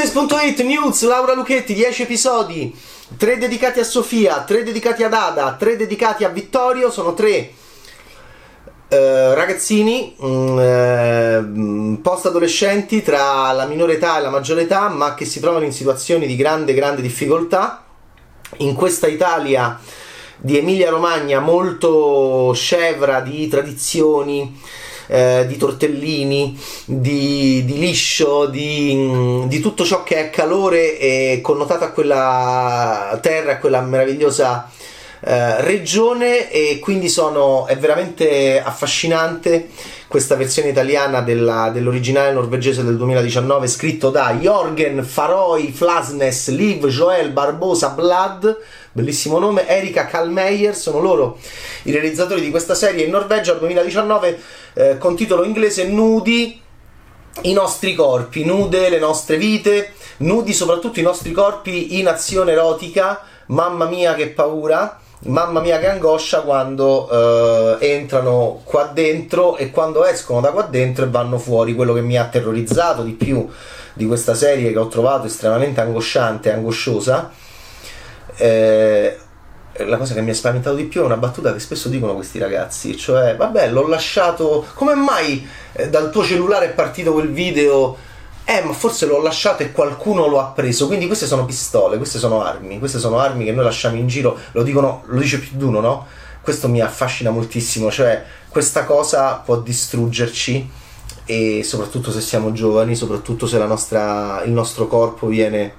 This.it News, Laura Lucchetti, 10 episodi, 3 dedicati a Sofia, 3 dedicati ad Ada, 3 dedicati a Vittorio. Sono 3 ragazzini post-adolescenti tra la minore età e la maggiore età, ma che si trovano in situazioni di grande difficoltà in questa Italia di Emilia-Romagna molto scevra di tradizioni, di tortellini, di liscio, di tutto ciò che è calore e connotato a quella terra, a quella meravigliosa regione. E quindi è veramente affascinante questa versione italiana dell'originale norvegese del 2019, scritto da Jorgen Farøy Flasnes, Liv Joel Barbosa Blood, bellissimo nome, Erika Kalmeyer. Sono loro i realizzatori di questa serie in Norvegia 2019, con titolo inglese Nudi i nostri corpi, nude le nostre vite, nudi soprattutto i nostri corpi in azione erotica. Mamma mia che paura, mamma mia che angoscia quando entrano qua dentro e quando escono da qua dentro e vanno fuori. Quello che mi ha terrorizzato di più di questa serie, che ho trovato estremamente angosciante e angosciosa, la cosa che mi ha spaventato di più è una battuta che spesso dicono questi ragazzi, cioè vabbè, l'ho lasciato, come mai dal tuo cellulare è partito quel video? Ma forse l'ho lasciato e qualcuno lo ha preso. Quindi queste sono pistole, queste sono armi che noi lasciamo in giro. Lo dice più di uno, no? Questo mi affascina moltissimo, cioè questa cosa può distruggerci, e soprattutto se siamo giovani, soprattutto se il nostro corpo viene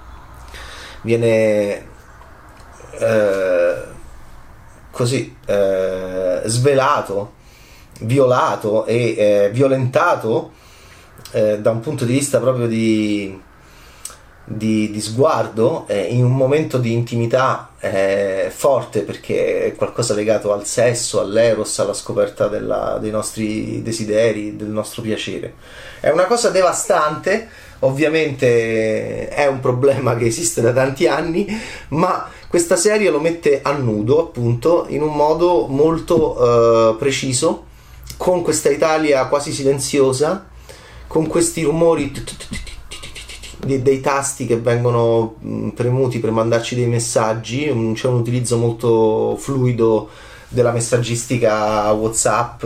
svelato, violato e violentato da un punto di vista proprio di sguardo, in un momento di intimità forte, perché è qualcosa legato al sesso, all'eros, alla scoperta dei nostri desideri, del nostro piacere. È una cosa devastante, ovviamente è un problema che esiste da tanti anni, ma questa serie lo mette a nudo, appunto, in un modo molto preciso, con questa Italia quasi silenziosa, con questi rumori dei tasti che vengono premuti per mandarci dei messaggi. C'è un utilizzo molto fluido della messaggistica WhatsApp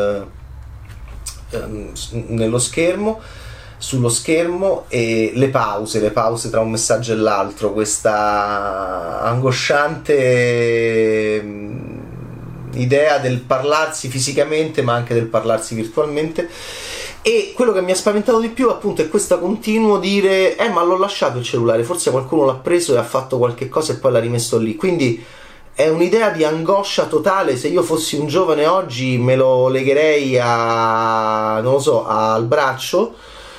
sullo schermo, e le pause tra un messaggio e l'altro, questa angosciante idea del parlarsi fisicamente ma anche del parlarsi virtualmente. E quello che mi ha spaventato di più, appunto, è questo continuo dire ma l'ho lasciato il cellulare, forse qualcuno l'ha preso e ha fatto qualche cosa e poi l'ha rimesso lì. Quindi è un'idea di angoscia totale. Se io fossi un giovane oggi me lo legherei al braccio,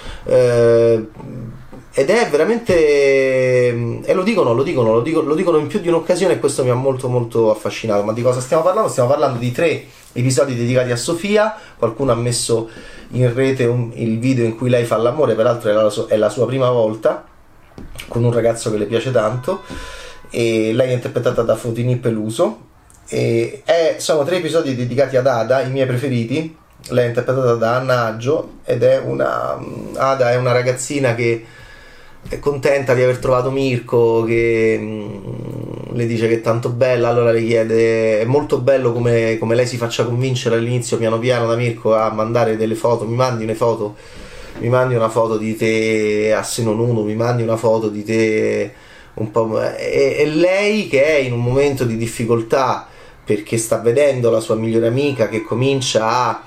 ed è veramente, e lo dicono in più di un'occasione, e questo mi ha molto affascinato. Ma di cosa stiamo parlando? Stiamo parlando di 3 episodi dedicati a Sofia. Qualcuno ha messo in rete il video in cui lei fa l'amore, peraltro è la sua prima volta con un ragazzo che le piace tanto, e lei è interpretata da Fotini Peluso, e sono 3 episodi dedicati ad Ada, i miei preferiti. Lei è interpretata da Anna Aggio, ed Ada è una ragazzina che è contenta di aver trovato Mirko, che le dice che è tanto bella. Allora le chiede, è molto bello come lei si faccia convincere all'inizio piano da Mirko a mandare delle foto. Mi mandi una foto di te a seno nudo, mi mandi una foto di te un po', e lei, che è in un momento di difficoltà perché sta vedendo la sua migliore amica che comincia a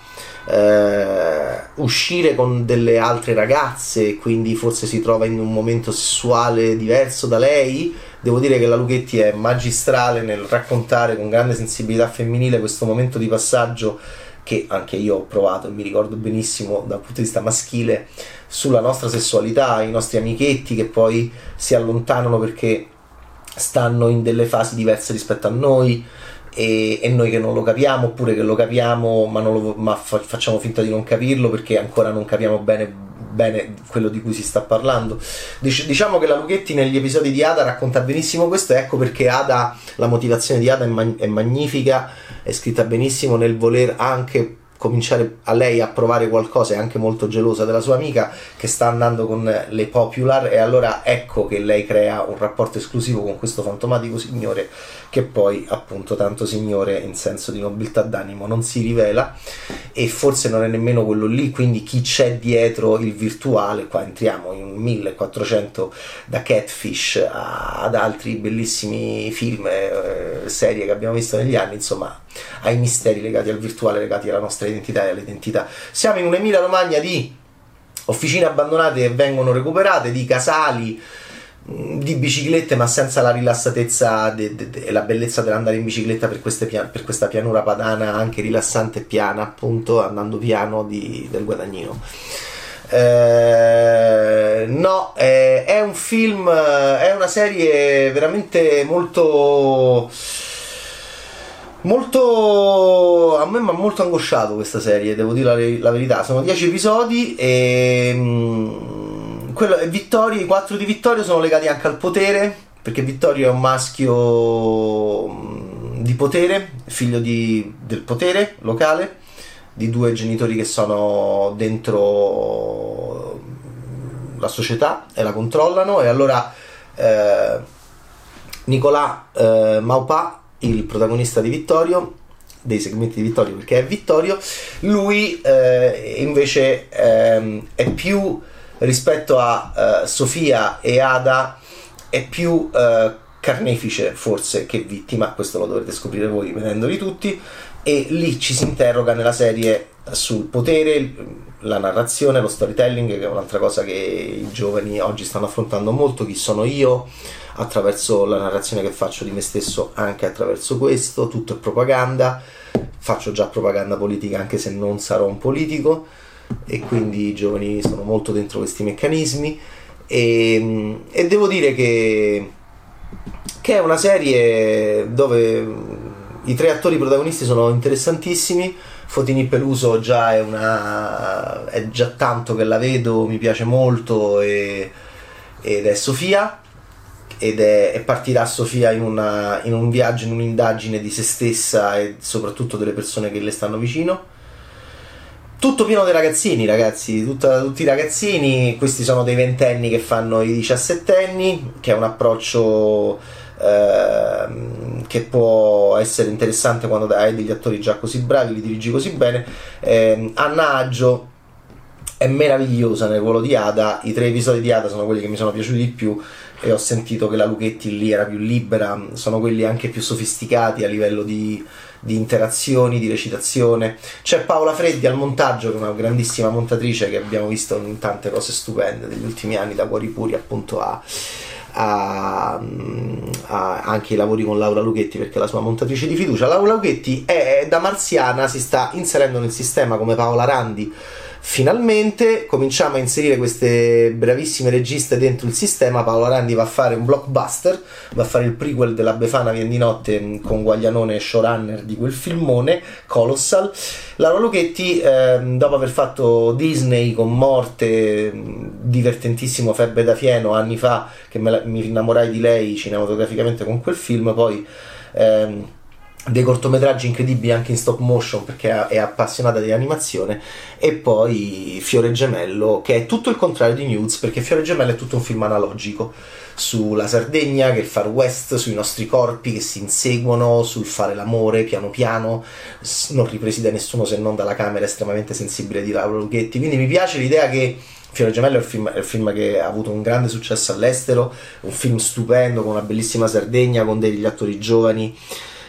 uscire con delle altre ragazze, quindi forse si trova in un momento sessuale diverso da lei. Devo dire che la Lucchetti è magistrale nel raccontare con grande sensibilità femminile questo momento di passaggio che anche io ho provato e mi ricordo benissimo dal punto di vista maschile, sulla nostra sessualità, i nostri amichetti che poi si allontanano perché stanno in delle fasi diverse rispetto a noi, e noi che non lo capiamo, oppure che lo capiamo ma facciamo finta di non capirlo perché ancora non capiamo bene quello di cui si sta parlando. Diciamo che la Lucchetti negli episodi di Ada racconta benissimo questo, e ecco perché la motivazione di Ada è magnifica, è scritta benissimo nel voler anche cominciare a lei a provare qualcosa, è anche molto gelosa della sua amica che sta andando con le Popular, e allora ecco che lei crea un rapporto esclusivo con questo fantomatico signore, che poi appunto tanto signore in senso di nobiltà d'animo non si rivela, e forse non è nemmeno quello lì, quindi chi c'è dietro il virtuale. Qua entriamo in 1400, da Catfish ad altri bellissimi film, serie che abbiamo visto negli anni, insomma ai misteri legati al virtuale, legati alla nostra identità e all'identità. Siamo in un'Emilia Romagna di officine abbandonate che vengono recuperate, di casali, di biciclette, ma senza la rilassatezza e la bellezza dell'andare in bicicletta per questa pianura padana anche rilassante e piana, appunto, andando piano del Guadagnino. No, è un film, è una serie veramente molto a me mi ha molto angosciato questa serie, devo dire la verità. Sono 10 episodi e i 4 di Vittorio sono legati anche al potere, perché Vittorio è un maschio di potere, figlio del potere locale, di 2 genitori che sono dentro la società e la controllano, e allora Nicolas Maupas, il protagonista di Vittorio, dei segmenti di Vittorio, perché è Vittorio, lui invece è più, rispetto a Sofia e Ada, è più carnefice forse che vittima. Questo lo dovrete scoprire voi vedendoli tutti, e lì ci si interroga nella serie sul potere, la narrazione, lo storytelling, che è un'altra cosa che i giovani oggi stanno affrontando molto. Chi sono io? Attraverso la narrazione che faccio di me stesso, anche attraverso questo. Tutto è propaganda, faccio già propaganda politica anche se non sarò un politico, e quindi i giovani sono molto dentro questi meccanismi, e devo dire che è una serie dove i 3 attori protagonisti sono interessantissimi. Fotini Peluso è già tanto che la vedo, mi piace molto, ed è Sofia, e partirà Sofia in un viaggio, in un'indagine di se stessa e soprattutto delle persone che le stanno vicino. Tutto pieno dei ragazzini, ragazzi, tutti i ragazzini. Questi sono dei 20enni che fanno i 17enni, che è un approccio che può essere interessante quando hai degli attori già così bravi, li dirigi così bene. Anna Aggio è meravigliosa nel ruolo di Ada. I 3 episodi di Ada sono quelli che mi sono piaciuti di più, e ho sentito che la Luchetti lì era più libera, sono quelli anche più sofisticati a livello di interazioni, di recitazione. C'è Paola Freddi al montaggio, che è una grandissima montatrice che abbiamo visto in tante cose stupende degli ultimi anni, da Cuori Puri appunto anche i lavori con Laura Luchetti, perché è la sua montatrice di fiducia. Laura Luchetti è da marziana, si sta inserendo nel sistema come Paola Randi. Finalmente cominciamo a inserire queste bravissime registe dentro il sistema. Paola Randi va a fare un blockbuster, va a fare il prequel della Befana Vien di Notte con Guaglianone showrunner di quel filmone Colossal. Laura Luchetti, dopo aver fatto Disney con Morte, divertentissimo, Febbre da fieno anni fa, che mi innamorai di lei cinematograficamente con quel film, poi dei cortometraggi incredibili anche in stop motion, perché è appassionata di animazione, e poi Fiore Gemello, che è tutto il contrario di Nudes, perché Fiore Gemello è tutto un film analogico sulla Sardegna, che è il Far West, sui nostri corpi che si inseguono, sul fare l'amore piano piano, non ripresi da nessuno se non dalla camera estremamente sensibile di Laura Luchetti. Quindi mi piace l'idea che Fiore Gemello è il film che ha avuto un grande successo all'estero, un film stupendo con una bellissima Sardegna, con degli attori giovani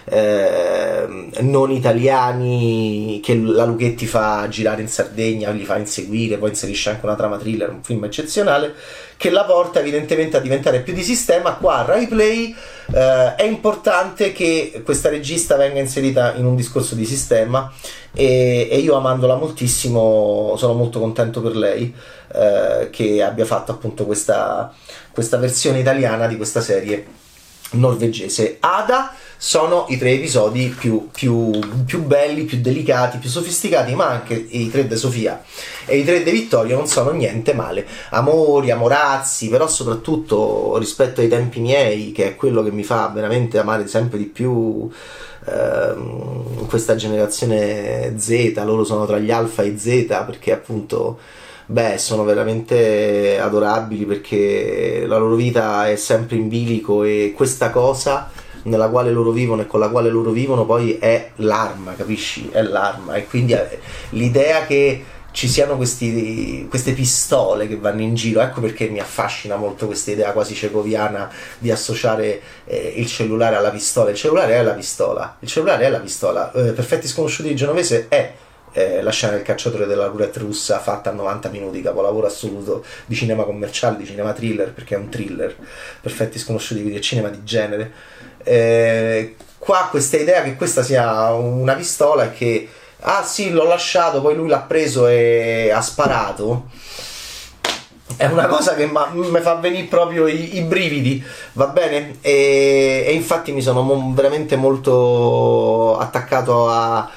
non italiani, che la Luchetti fa girare in Sardegna, li fa inseguire, poi inserisce anche una trama thriller, un film eccezionale che la porta evidentemente a diventare più di sistema. Qua a Rai Play è importante che questa regista venga inserita in un discorso di sistema, e io, amandola moltissimo, sono molto contento per lei che abbia fatto appunto questa versione italiana di questa serie norvegese. Ada sono i 3 episodi più belli, più delicati, più sofisticati, ma anche i 3 di Sofia e i 3 di Vittorio non sono niente male. Amori, amorazzi, però soprattutto rispetto ai tempi miei, che è quello che mi fa veramente amare sempre di più questa generazione Z. Loro sono tra gli alfa e Z, perché appunto sono veramente adorabili, perché la loro vita è sempre in bilico e questa cosa nella quale loro vivono e con la quale loro vivono poi è l'arma, capisci? È l'arma. E quindi l'idea che ci siano queste pistole che vanno in giro, ecco perché mi affascina molto questa idea quasi cecoviana di associare il cellulare alla pistola. Il cellulare è la pistola, il cellulare è la pistola. Perfetti sconosciuti di Genovese è la scena del cacciatore della roulette russa fatta a 90 minuti, capolavoro assoluto di cinema commerciale, di cinema thriller, perché è un thriller. Perfetti sconosciuti, quindi è cinema di genere. Qua questa idea che questa sia una pistola e che ah sì, l'ho lasciato, poi lui l'ha preso e ha sparato, è una cosa che mi fa venire proprio i brividi, va bene? E infatti mi sono veramente molto attaccato ad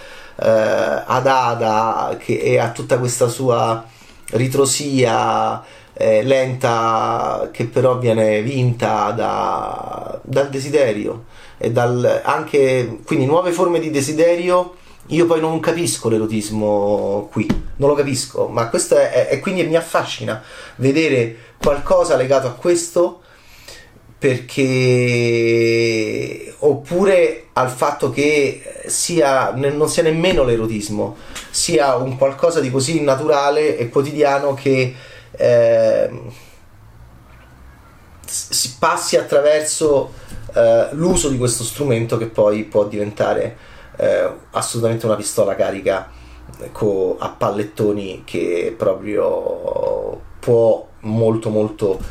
Ada e a tutta questa sua ritrosia lenta, che però viene vinta dal desiderio e anche quindi nuove forme di desiderio. Io poi non capisco l'erotismo qui, non lo capisco, ma questo è quindi mi affascina vedere qualcosa legato a questo, perché oppure al fatto che non sia nemmeno l'erotismo, sia un qualcosa di così naturale e quotidiano che si passi attraverso l'uso di questo strumento, che poi può diventare assolutamente una pistola carica a pallettoni, che proprio può molto molto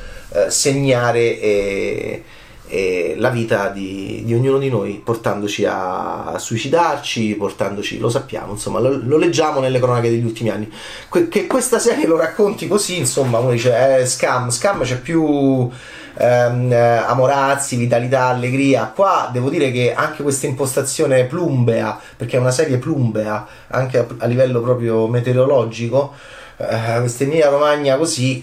segnare la vita di ognuno di noi, portandoci a suicidarci, lo sappiamo, insomma, lo leggiamo nelle cronache degli ultimi anni. Che questa serie lo racconti così, insomma, uno dice Scam c'è più amorazzi, vitalità, allegria. Qua devo dire che anche questa impostazione plumbea, perché è una serie plumbea anche a livello proprio meteorologico, questa Emilia Romagna così,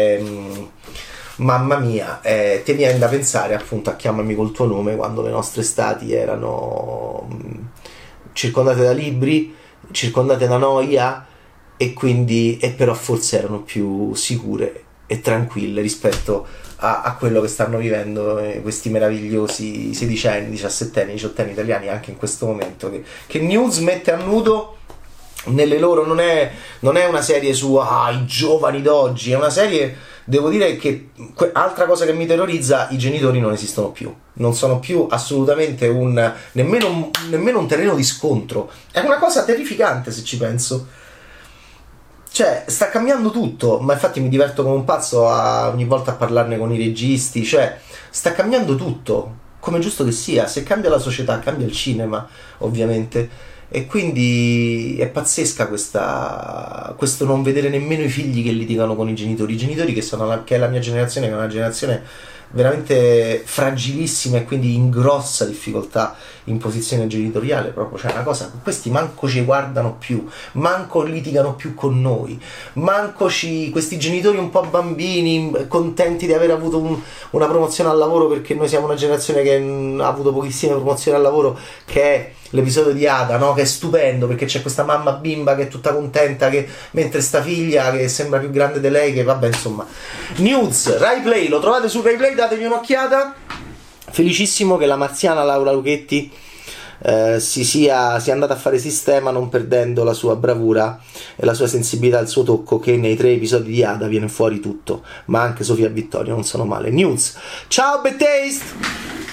mamma mia, ti viene da pensare appunto a Chiamami col tuo nome, quando le nostre estati erano circondate da libri, circondate da noia, e però forse erano più sicure e tranquille rispetto a quello che stanno vivendo questi meravigliosi sedicenni, diciassettenni, diciottenni italiani anche in questo momento, che News mette a nudo nelle loro. Non è una serie su i giovani d'oggi, è una serie, devo dire che altra cosa che mi terrorizza: i genitori non esistono più, non sono più assolutamente nemmeno un terreno di scontro. È una cosa terrificante, se ci penso. Cioè, sta cambiando tutto, ma infatti mi diverto come un pazzo ogni volta a parlarne con i registi. Cioè, sta cambiando tutto, come è giusto che sia. Se cambia la società, cambia il cinema, ovviamente. E quindi è pazzesca questo non vedere nemmeno i figli che litigano con i genitori che è la mia generazione, che è una generazione veramente fragilissima e quindi in grossa difficoltà in posizione genitoriale. Proprio c'è una cosa: questi manco ci guardano più, manco litigano più con noi, questi genitori un po' bambini, contenti di aver avuto una promozione al lavoro, perché noi siamo una generazione che ha avuto pochissime promozioni al lavoro, che è l'episodio di Ada, no? Che è stupendo, perché c'è questa mamma bimba che è tutta contenta, mentre sta figlia che sembra più grande di lei, che vabbè, insomma. News, Rai Play, lo trovate su Rai Play, datevi un'occhiata. Felicissimo che la marziana Laura Luchetti sia andata a fare sistema, non perdendo la sua bravura e la sua sensibilità, il suo tocco, che nei 3 episodi di Ada viene fuori tutto, ma anche Sofia e Vittorio non sono male. News, ciao Bad Taste!